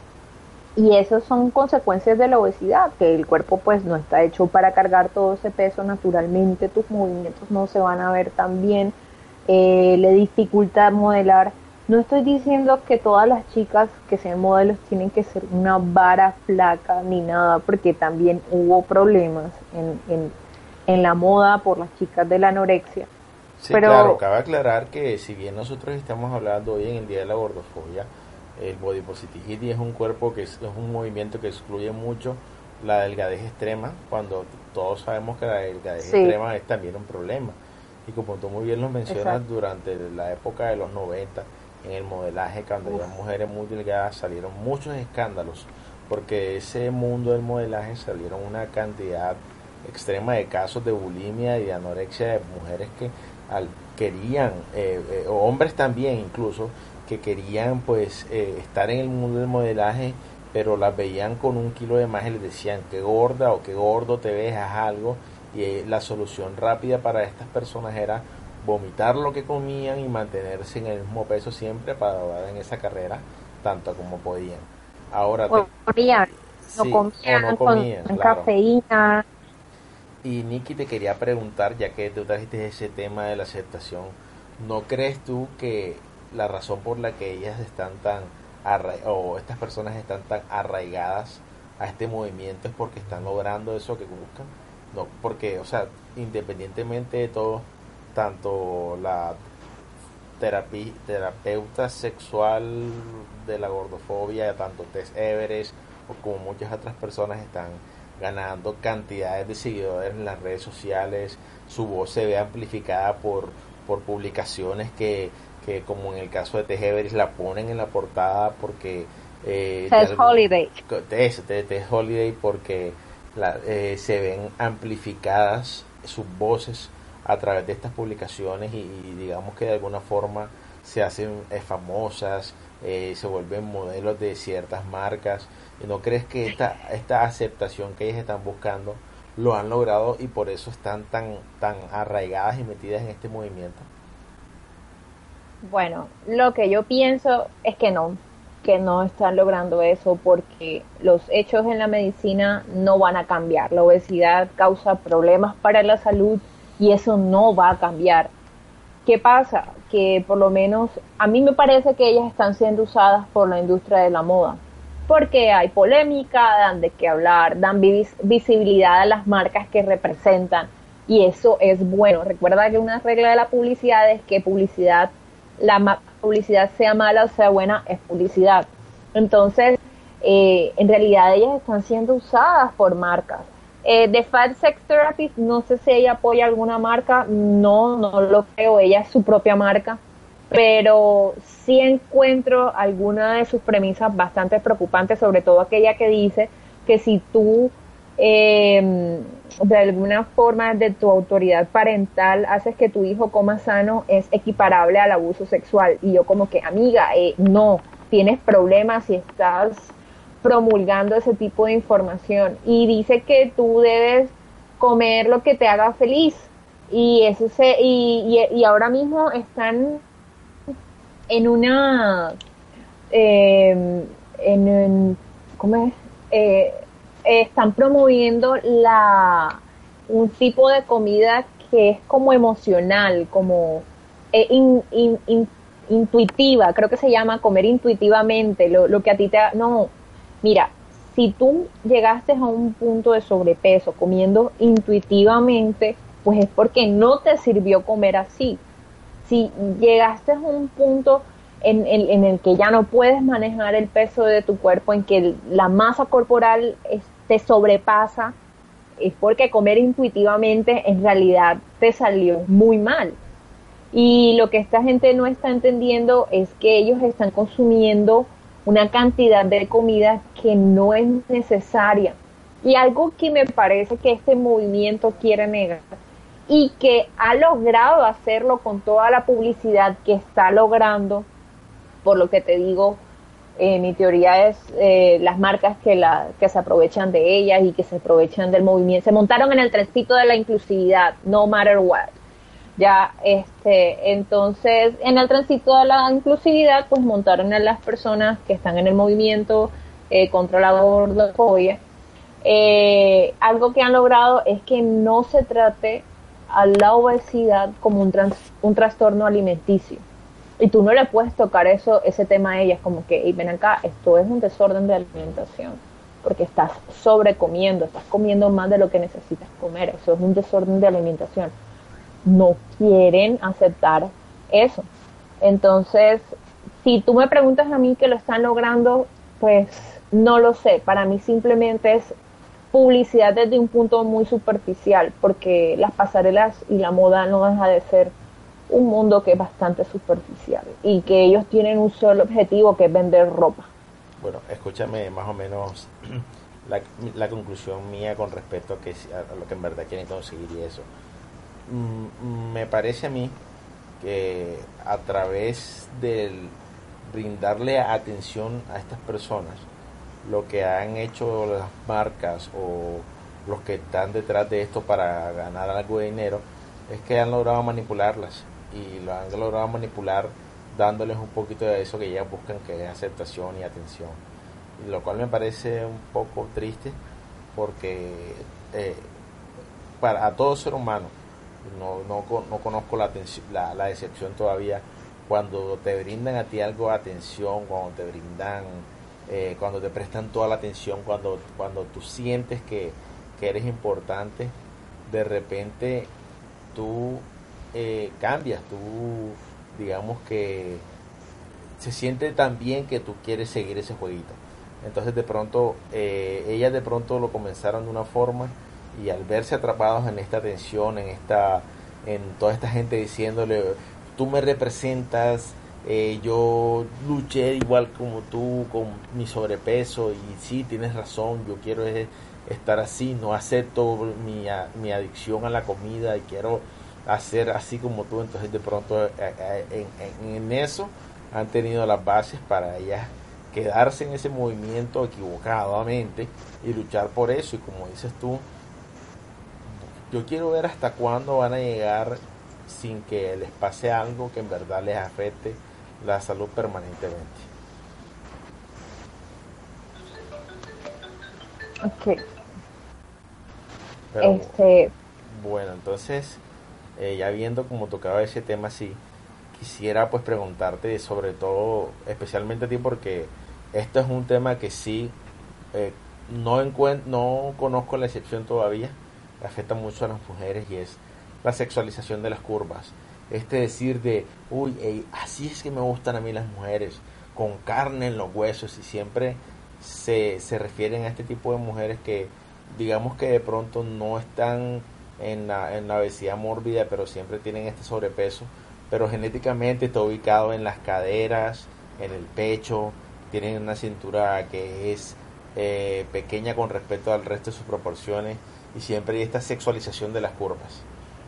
y esas son consecuencias de la obesidad, que el cuerpo pues no está hecho para cargar todo ese peso naturalmente, tus movimientos no se van a ver tan bien, eh, le dificulta modelar. No estoy diciendo que todas las chicas que sean modelos tienen que ser una vara flaca ni nada, porque también hubo problemas en, en, en la moda por las chicas de la anorexia. Sí, Pero claro, cabe aclarar que si bien nosotros estamos hablando hoy en el Día de la Gordofobia, el body positivity es un cuerpo que es, es un movimiento que excluye mucho la delgadez extrema, cuando todos sabemos que la delgadez sí, extrema es también un problema. Y como tú muy bien lo mencionas, exacto. durante la época de los noventa, en el modelaje, cuando había mujeres muy delgadas, salieron muchos escándalos, porque de ese mundo del modelaje salieron una cantidad extrema de casos de bulimia y de anorexia de mujeres que al, querían, eh, eh, o hombres también incluso, que querían pues eh, estar en el mundo del modelaje, pero las veían con un kilo de más y les decían que gorda o que gordo te ves, haz algo, y eh, la solución rápida para estas personas era vomitar lo que comían y mantenerse en el mismo peso siempre para lograr en esa carrera tanto como podían. Ahora te, O comían, no sí, o no comían con comían, claro. cafeína. Y Nikki, te quería preguntar, ya que tú trajiste ese tema de la aceptación, ¿no crees tú que la razón por la que ellas están tan arra- o estas personas están tan arraigadas a este movimiento es porque están logrando eso que buscan? No, porque, o sea, independientemente de todo, tanto la terapi- terapeuta sexual de la gordofobia, tanto Tess Everest o como muchas otras personas están ganando cantidades de seguidores en las redes sociales, su voz se ve amplificada por, por publicaciones que, que como en el caso de Tess Everest la ponen en la portada porque eh, de Tess algo, Holiday. Tess, Tess- Tess Holiday porque la- eh, se ven amplificadas sus voces a través de estas publicaciones y, y digamos que de alguna forma se hacen eh, famosas, eh, se vuelven modelos de ciertas marcas. ¿Y no crees que esta, esta aceptación que ellas están buscando lo han logrado y por eso están tan, tan arraigadas y metidas en este movimiento? Bueno, lo que yo pienso es que no, que no están logrando eso porque los hechos en la medicina no van a cambiar. La obesidad causa problemas para la salud y eso no va a cambiar. ¿Qué pasa? Que por lo menos a mí me parece que ellas están siendo usadas por la industria de la moda. Porque hay polémica, dan de qué hablar, dan vis visibilidad a las marcas que representan y eso es bueno. Recuerda que una regla de la publicidad es que publicidad, la publicidad sea mala o sea buena, es publicidad. Entonces, eh, en realidad ellas están siendo usadas por marcas. Eh, de Fat Sex Therapy, no sé si ella apoya alguna marca, no, no lo creo, ella es su propia marca, pero sí encuentro alguna de sus premisas bastante preocupantes, sobre todo aquella que dice que si tú eh, de alguna forma de tu autoridad parental haces que tu hijo coma sano, es equiparable al abuso sexual. Y yo como que, amiga, eh, no, tienes problemas si estás promulgando ese tipo de información. Y dice que tú debes comer lo que te haga feliz. Y eso se, y, y, y ahora mismo están en una eh, en, en, ¿cómo es? Eh, eh, están promoviendo la un tipo de comida que es como emocional, como eh, in, in, in, intuitiva, creo que se llama comer intuitivamente, lo, lo que a ti te... No, mira, si tú llegaste a un punto de sobrepeso comiendo intuitivamente, pues es porque no te sirvió comer así. Si llegaste a un punto en, en, en el que ya no puedes manejar el peso de tu cuerpo, en que la masa corporal es, te sobrepasa, es porque comer intuitivamente en realidad te salió muy mal. Y lo que esta gente no está entendiendo es que ellos están consumiendo una cantidad de comida que no es necesaria. Y algo que me parece que este movimiento quiere negar y que ha logrado hacerlo con toda la publicidad que está logrando, por lo que te digo, eh, mi teoría es eh, las marcas que, la, que se aprovechan de ellas y que se aprovechan del movimiento, se montaron en el trencito de la inclusividad, no matter what. Ya, este, entonces, en el trencito de la inclusividad, pues montaron a las personas que están en el movimiento eh, contra la gordofobia. Eh, algo que han logrado es que no se trate a la obesidad como un, trans, un trastorno alimenticio. Y tú no le puedes tocar eso, ese tema a ellas, como que, hey, ven acá, esto es un desorden de alimentación, porque estás sobrecomiendo, estás comiendo más de lo que necesitas comer, eso es un desorden de alimentación. No quieren aceptar eso. Entonces, si tú me preguntas a mí que lo están logrando, pues no lo sé. Para mí simplemente es publicidad desde un punto muy superficial, porque las pasarelas y la moda no deja de ser un mundo que es bastante superficial y que ellos tienen un solo objetivo, que es vender ropa. Bueno, escúchame más o menos la, la conclusión mía con respecto a, que, a lo que en verdad quieren conseguir y eso. Mm, me parece a mí que a través del brindarle atención a estas personas, lo que han hecho las marcas o los que están detrás de esto para ganar algo de dinero, es que han logrado manipularlas y lo han logrado manipular dándoles un poquito de eso que ellas buscan, que es aceptación y atención, y lo cual me parece un poco triste porque eh, para a todo ser humano, no, no, no conozco la, atención, la, la decepción todavía, cuando te brindan a ti algo de atención, cuando te brindan, eh, cuando te prestan toda la atención, cuando, cuando tú sientes que, que eres importante, de repente tú eh, cambias, tú digamos que se siente tan bien que tú quieres seguir ese jueguito. Entonces de pronto eh, ellas de pronto lo comenzaron de una forma, y al verse atrapados en esta tensión, en esta, en toda esta gente diciéndole, tú me representas, eh, yo luché igual como tú con mi sobrepeso, y sí, tienes razón, yo quiero es, estar así, no acepto mi, a, mi adicción a la comida y quiero hacer así como tú. Entonces de pronto eh, eh, en, en, en eso han tenido las bases para ellas quedarse en ese movimiento equivocadamente y luchar por eso. Y como dices tú, yo quiero ver hasta cuándo van a llegar sin que les pase algo que en verdad les afecte la salud permanentemente. Ok. Pero Este, bueno, entonces eh, ya viendo como tocaba ese tema así, quisiera pues preguntarte sobre todo, especialmente a ti, porque esto es un tema que sí eh, no encuent no conozco la excepción todavía, afecta mucho a las mujeres, y es la sexualización de las curvas. Este decir de, uy, ey, así es que me gustan a mí las mujeres, con carne en los huesos, y siempre se, se refieren a este tipo de mujeres que digamos que de pronto no están en la, en la obesidad mórbida, pero siempre tienen este sobrepeso, pero genéticamente está ubicado en las caderas, en el pecho, tienen una cintura que es eh, pequeña con respecto al resto de sus proporciones, y siempre hay esta sexualización de las curvas.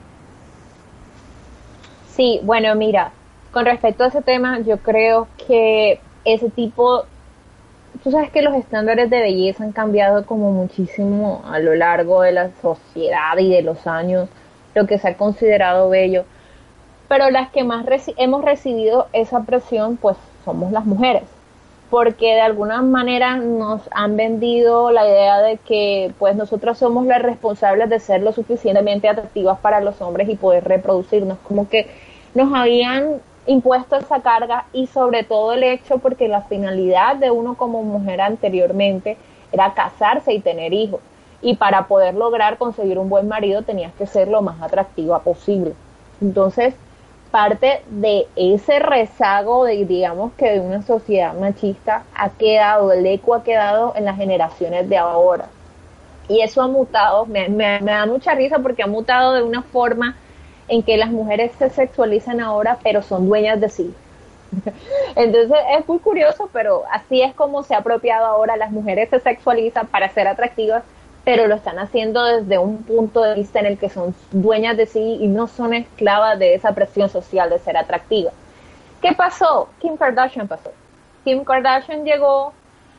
sí, bueno, mira, con respecto a ese tema, yo creo que ese tipo, tú sabes que los estándares de belleza han cambiado como muchísimo a lo largo de la sociedad y de los años, lo que se ha considerado bello, pero las que más reci hemos recibido esa presión, pues somos las mujeres, porque de alguna manera nos han vendido la idea de que pues nosotras somos las responsables de ser lo suficientemente atractivas para los hombres y poder reproducirnos, como que nos habían impuesto esa carga, y sobre todo el hecho porque la finalidad de uno como mujer anteriormente era casarse y tener hijos, y para poder lograr conseguir un buen marido tenías que ser lo más atractiva posible. Entonces parte de ese rezago de, digamos que de una sociedad machista ha quedado, el eco ha quedado en las generaciones de ahora, y eso ha mutado, me, me, me da mucha risa porque ha mutado de una forma en que las mujeres se sexualizan ahora, pero son dueñas de sí. Entonces es muy curioso, pero así es como se ha apropiado ahora. Las mujeres se sexualizan para ser atractivas, pero lo están haciendo desde un punto de vista en el que son dueñas de sí y no son esclavas de esa presión social de ser atractivas. ¿Qué pasó? Kim Kardashian pasó. Kim Kardashian llegó,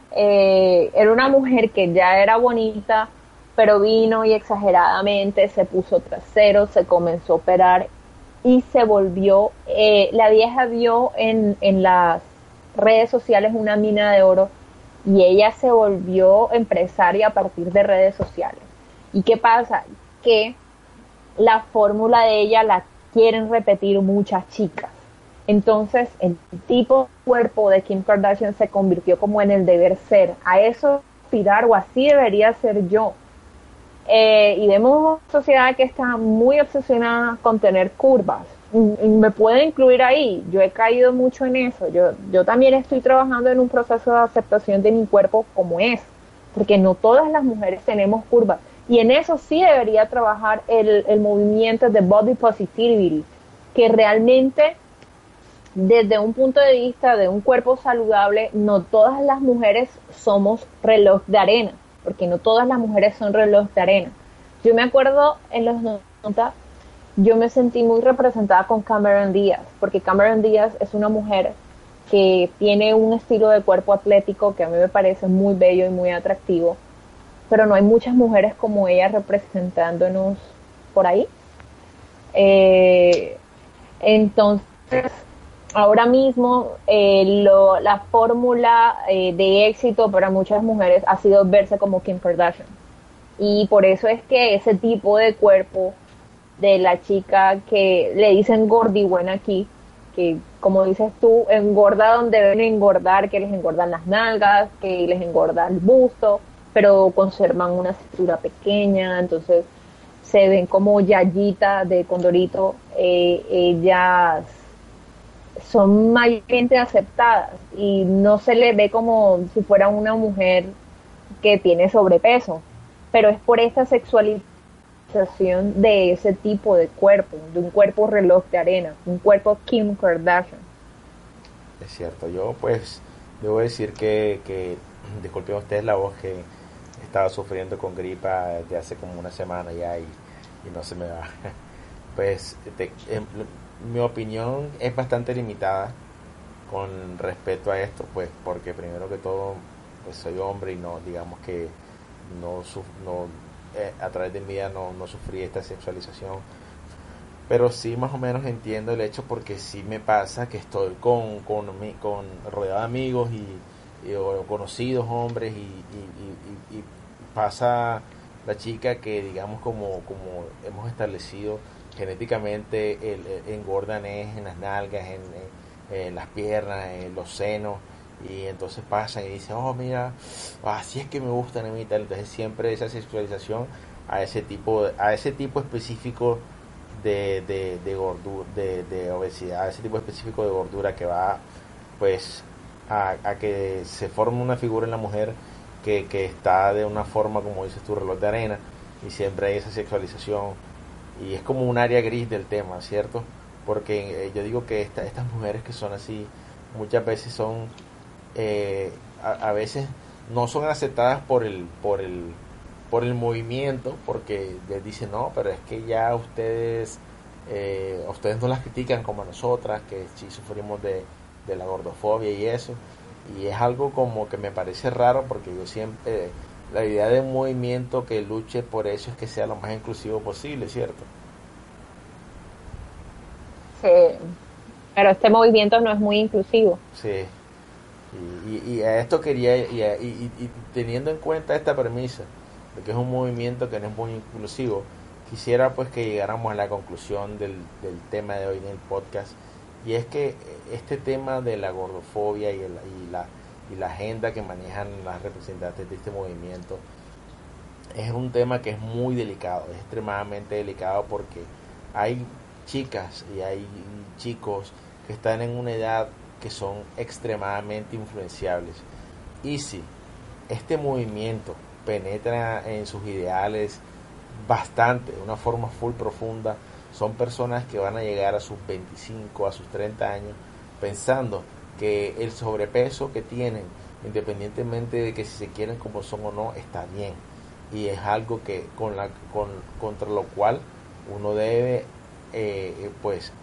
eh, era una mujer que ya era bonita, pero vino y exageradamente se puso trasero, se comenzó a operar y se volvió, eh, la vieja vio en, en las redes sociales una mina de oro, y ella se volvió empresaria a partir de redes sociales. ¿Y qué pasa? Que la fórmula de ella la quieren repetir muchas chicas. Entonces el tipo de cuerpo de Kim Kardashian se convirtió como en el deber ser, a eso aspirar, o así debería ser yo. Eh, y vemos una sociedad que está muy obsesionada con tener curvas. Me puede incluir ahí, yo he caído mucho en eso. Yo, yo también estoy trabajando en un proceso de aceptación de mi cuerpo como es, porque no todas las mujeres tenemos curvas, y en eso sí debería trabajar el, el movimiento de body positivity, que realmente desde un punto de vista de un cuerpo saludable, no todas las mujeres somos reloj de arena, porque no todas las mujeres son reloj de arena. Yo me acuerdo en los noventa, yo me sentí muy representada con Cameron Díaz, porque Cameron Díaz es una mujer que tiene un estilo de cuerpo atlético que a mí me parece muy bello y muy atractivo, pero no hay muchas mujeres como ella representándonos por ahí. Eh, entonces, ahora mismo eh, lo, la fórmula eh, de éxito para muchas mujeres ha sido verse como Kim Kardashian. Y por eso es que ese tipo de cuerpo de la chica que le dicen gordibuena aquí, que como dices tú, engorda donde deben engordar, que les engordan las nalgas, que les engorda el busto, pero conservan una cintura pequeña, entonces se ven como Yayita de Condorito, eh, ellas son mayormente aceptadas y no se le ve como si fuera una mujer que tiene sobrepeso, pero es por esta sexualización de ese tipo de cuerpo, de un cuerpo reloj de arena, un cuerpo Kim Kardashian. Es cierto, yo pues debo decir que, que disculpen ustedes la voz, que estaba sufriendo con gripa desde hace como una semana ya y, y no se me va. Pues te, eh, mi opinión es bastante limitada con respecto a esto, pues porque primero que todo pues soy hombre y no, digamos que no, no eh, a través de mi vida no, no sufrí esta sexualización, pero sí más o menos entiendo el hecho, porque sí me pasa que estoy con, con, con rodeado de amigos y, y o conocidos hombres y, y, y, y pasa la chica que digamos como, como hemos establecido genéticamente el, el, engordan es en las nalgas, en, en, en las piernas, en los senos, y entonces pasan y dicen, oh mira, así es que me gustan a mí y tal. Entonces siempre esa sexualización a ese tipo, a ese tipo específico de, de, de gordura, de, de obesidad, a ese tipo específico de gordura que va pues a, a que se forme una figura en la mujer que, que está de una forma, como dices tú, reloj de arena, y siempre hay esa sexualización y es como un área gris del tema, ¿cierto? Porque eh, yo digo que esta, estas mujeres que son así muchas veces son eh, a, a veces no son aceptadas por el por el por el movimiento, porque les dicen no, pero es que ya ustedes eh, ustedes no las critican como a nosotras, que sí sufrimos de, de la gordofobia y eso, y es algo como que me parece raro, porque yo siempre, eh, la idea de un movimiento que luche por eso es que sea lo más inclusivo posible, ¿cierto? Sí, pero este movimiento no es muy inclusivo. Sí, y, y, y a esto quería, y, a, y, y teniendo en cuenta esta premisa de que es un movimiento que no es muy inclusivo, quisiera pues que llegáramos a la conclusión del, del tema de hoy en el podcast, y es que este tema de la gordofobia y, el, y, la, y la agenda que manejan las representantes de este movimiento es un tema que es muy delicado, es extremadamente delicado, porque hay chicas y hay chicos que están en una edad que son extremadamente influenciables, y si este movimiento penetra en sus ideales bastante, de una forma full profunda, son personas que van a llegar a sus veinticinco, a sus treinta años pensando que el sobrepeso que tienen, independientemente de que si se quieren como son o no, está bien, y es algo que con la con, contra lo cual uno debe eh, pues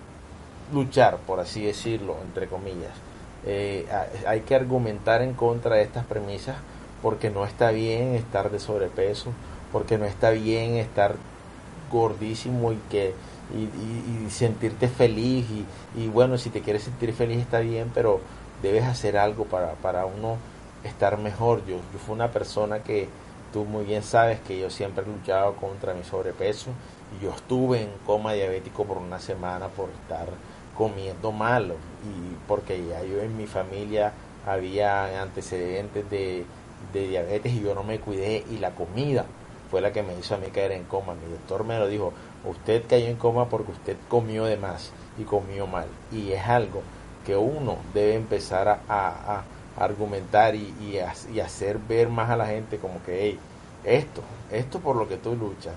luchar, por así decirlo, entre comillas. Eh, hay que argumentar en contra de estas premisas, porque no está bien estar de sobrepeso, porque no está bien estar gordísimo y que y, y, y sentirte feliz, y, y bueno, si te quieres sentir feliz está bien, pero debes hacer algo para, para uno estar mejor. Yo, yo fui una persona que tú muy bien sabes que yo siempre he luchado contra mi sobrepeso, y yo estuve en coma diabético por una semana por estar comiendo malo, y porque ya yo en mi familia había antecedentes de, de diabetes y yo no me cuidé, y la comida fue la que me hizo a mí caer en coma. Mi doctor me lo dijo, usted cayó en coma porque usted comió de más y comió mal, y es algo que uno debe empezar a, a, a argumentar y, y, a, y hacer ver más a la gente como que hey, esto, esto por lo que tú luchas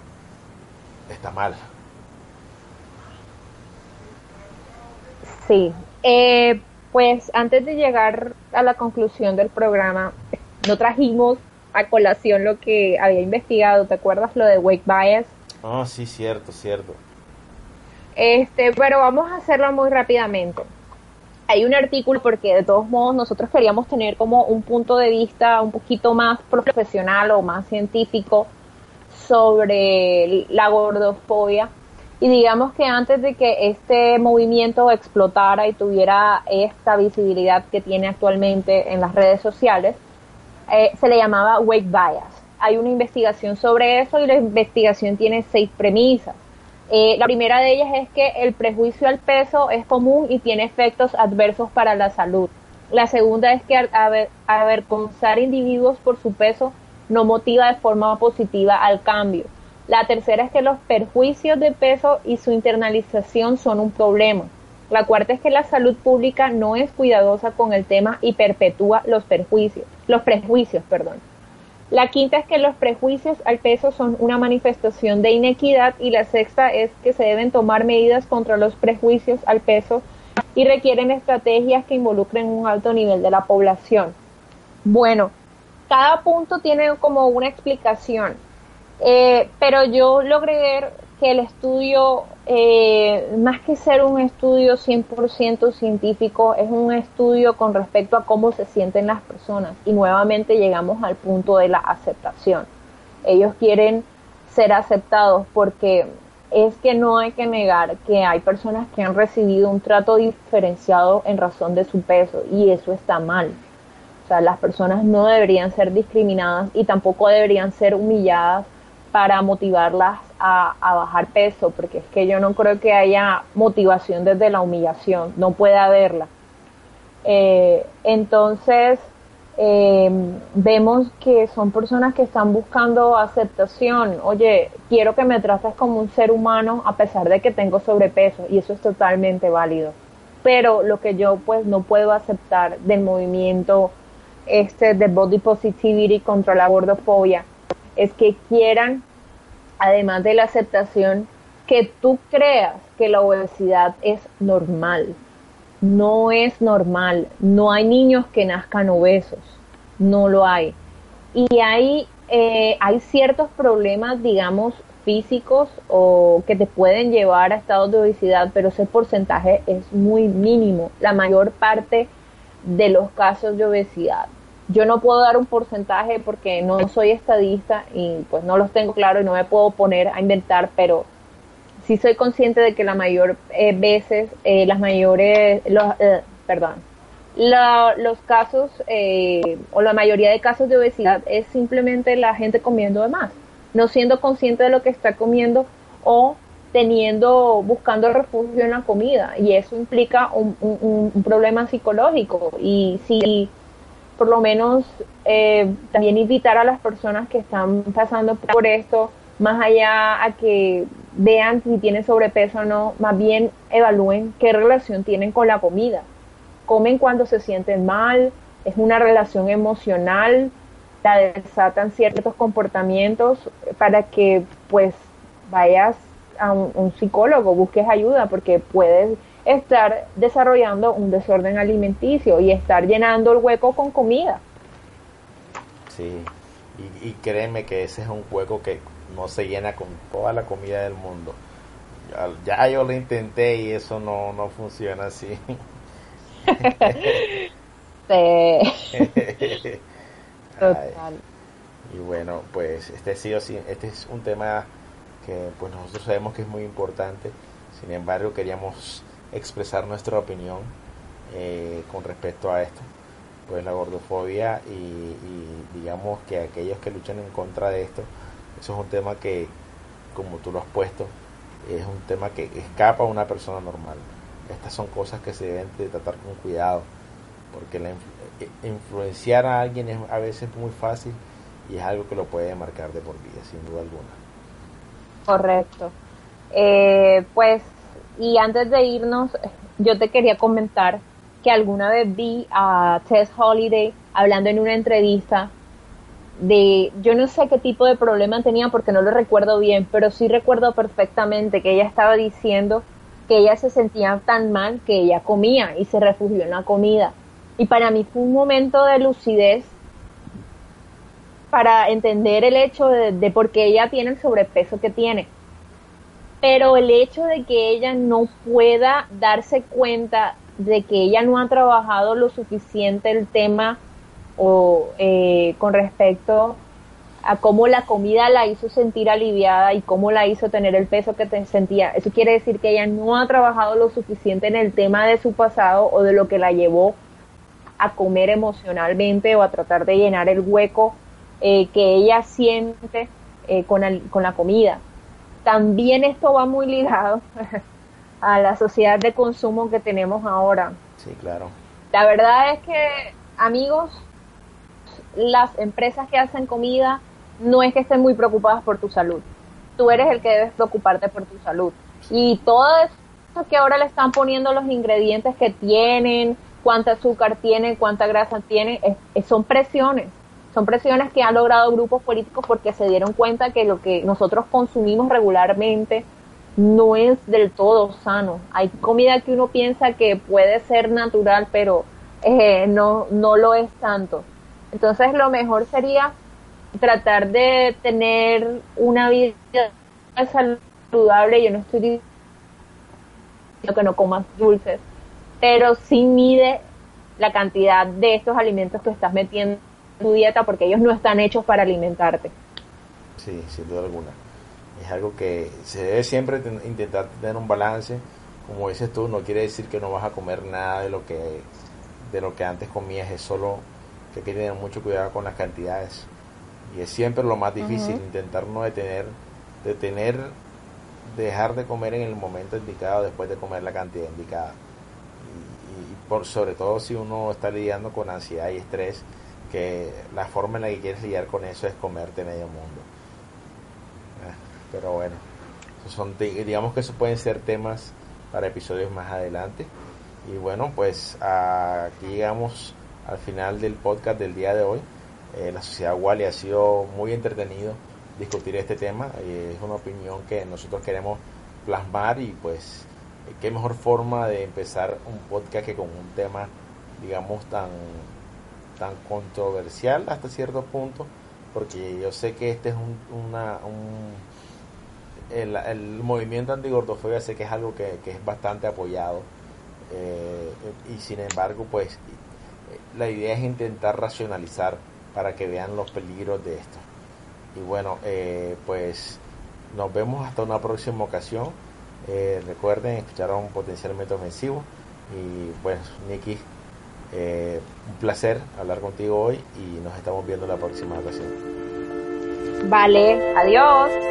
está mal. Sí, eh, pues antes de llegar a la conclusión del programa, no trajimos a colación lo que había investigado. ¿Te acuerdas lo de Wake Bias? Ah, oh, sí, cierto, cierto. Este, pero vamos a hacerlo muy rápidamente. Hay un artículo, porque de todos modos nosotros queríamos tener como un punto de vista un poquito más profesional o más científico sobre la gordofobia. Y digamos que antes de que este movimiento explotara y tuviera esta visibilidad que tiene actualmente en las redes sociales, eh, se le llamaba Wake Bias. hay una investigación sobre eso y la investigación tiene seis premisas. Eh, la primera de ellas es que el prejuicio al peso es común y tiene efectos adversos para la salud. La segunda es que aver, avergonzar individuos por su peso no motiva de forma positiva al cambio. La tercera es que los perjuicios de peso y su internalización son un problema. La cuarta es que la salud pública no es cuidadosa con el tema y perpetúa los perjuicios, los prejuicios, perdón. La quinta es que los prejuicios al peso son una manifestación de inequidad y la sexta es que se deben tomar medidas contra los prejuicios al peso y requieren estrategias que involucren un alto nivel de la población. Bueno, cada punto tiene como una explicación, eh, pero yo logré ver que el estudio, eh, más que ser un estudio cien por ciento científico, es un estudio con respecto a cómo se sienten las personas. Y nuevamente llegamos al punto de la aceptación. Ellos quieren ser aceptados porque es que no hay que negar que hay personas que han recibido un trato diferenciado en razón de su peso, y eso está mal. O sea, las personas no deberían ser discriminadas y tampoco deberían ser humilladas para motivarlas a, a bajar peso, porque es que yo no creo que haya motivación desde la humillación, no puede haberla. Eh, entonces, eh, vemos que son personas que están buscando aceptación. Oye, quiero que me trates como un ser humano a pesar de que tengo sobrepeso, y eso es totalmente válido. Pero lo que yo pues no puedo aceptar del movimiento este de body positivity contra la gordofobia es que quieran, además de la aceptación, que tú creas que la obesidad es normal. No es normal. No hay niños que nazcan obesos. No lo hay. Y hay, eh, hay ciertos problemas, digamos, físicos o que te pueden llevar a estados de obesidad, pero ese porcentaje es muy mínimo. La mayor parte de los casos de obesidad. Yo no puedo dar un porcentaje porque no soy estadista y pues no los tengo claro y no me puedo poner a inventar, pero sí soy consciente de que la mayor eh, veces, eh, las mayores, los, eh, perdón, la, los casos eh, o la mayoría de casos de obesidad es simplemente la gente comiendo de más, no siendo consciente de lo que está comiendo o teniendo, buscando refugio en la comida, y eso implica un, un, un problema psicológico. Y si por lo menos eh, también invitar a las personas que están pasando por esto, más allá a que vean si tienen sobrepeso o no, más bien evalúen qué relación tienen con la comida. Comen cuando se sienten mal, es una relación emocional, la desatan ciertos comportamientos para que pues vayas a un, un psicólogo, busques ayuda, porque puedes estar desarrollando un desorden alimenticio y estar llenando el hueco con comida. Sí, y, y créeme que ese es un hueco que no se llena con toda la comida del mundo. Ya, ya yo lo intenté y eso no, no funciona así. Sí. Total. Ay. Y bueno, pues este sí o sí, este es un tema que pues nosotros sabemos que es muy importante. Sin embargo, queríamos expresar nuestra opinión eh, con respecto a esto, pues la gordofobia, y, y digamos que aquellos que luchan en contra de esto, eso es un tema que, como tú lo has puesto, es un tema que escapa a una persona normal. Estas son cosas que se deben de tratar con cuidado, porque la influ- influenciar a alguien es a veces muy fácil y es algo que lo puede marcar de por vida, sin duda alguna. Correcto. Eh, pues Y antes de irnos, yo te quería comentar que alguna vez vi a Tess Holliday hablando en una entrevista de, yo no sé qué tipo de problema tenía porque no lo recuerdo bien, pero sí recuerdo perfectamente que ella estaba diciendo que ella se sentía tan mal que ella comía y se refugió en la comida. Y para mí fue un momento de lucidez para entender el hecho de, de por qué ella tiene el sobrepeso que tiene. Pero el hecho de que ella no pueda darse cuenta de que ella no ha trabajado lo suficiente el tema o eh, con respecto a cómo la comida la hizo sentir aliviada y cómo la hizo tener el peso que te sentía, eso quiere decir que ella no ha trabajado lo suficiente en el tema de su pasado o de lo que la llevó a comer emocionalmente o a tratar de llenar el hueco eh, que ella siente eh, con, el, con la comida. También esto va muy ligado a la sociedad de consumo que tenemos ahora. Sí, claro. La verdad es que, amigos, las empresas que hacen comida no es que estén muy preocupadas por tu salud. Tú eres el que debes preocuparte por tu salud. Y todo eso que ahora le están poniendo los ingredientes que tienen, cuánta azúcar tienen, cuánta grasa tienen, es, es, son presiones. Son presiones que han logrado grupos políticos porque se dieron cuenta que lo que nosotros consumimos regularmente no es del todo sano. Hay comida que uno piensa que puede ser natural, pero eh, no, no lo es tanto. Entonces lo mejor sería tratar de tener una vida saludable. Yo no estoy diciendo que no comas dulces, pero sí mide la cantidad de estos alimentos que estás metiendo en tu dieta, porque ellos no están hechos para alimentarte. Sí, sin duda alguna. Es algo que se debe siempre ten- intentar tener un balance. Como dices tú, no quiere decir que no vas a comer nada de lo que de lo que antes comías, es solo que hay que tener mucho cuidado con las cantidades. Y es siempre lo más difícil, Uh-huh. intentar no detener, detener, dejar de comer en el momento indicado después de comer la cantidad indicada. Y, y por sobre todo si uno está lidiando con ansiedad y estrés, que la forma en la que quieres lidiar con eso es comerte medio mundo. Ah, Pero bueno, esos son, digamos que esos pueden ser temas para episodios más adelante. Y bueno, pues aquí llegamos al final del podcast del día de hoy. Eh, la sociedad Wall-E ha sido muy entretenido discutir este tema. Eh, es una opinión que nosotros queremos plasmar y pues eh, qué mejor forma de empezar un podcast que con un tema, digamos, tan tan controversial hasta cierto punto, porque yo sé que este es un, una, un el, el movimiento antigordofobia, sé que es algo que, que es bastante apoyado, eh, y sin embargo pues la idea es intentar racionalizar para que vean los peligros de esto. Y bueno, eh, pues nos vemos hasta una próxima ocasión. Eh, recuerden, escucharon Potencialmente Ofensivo. Y pues, Nikki, eh, un placer hablar contigo hoy y nos estamos viendo la próxima ocasión. Vale, adiós.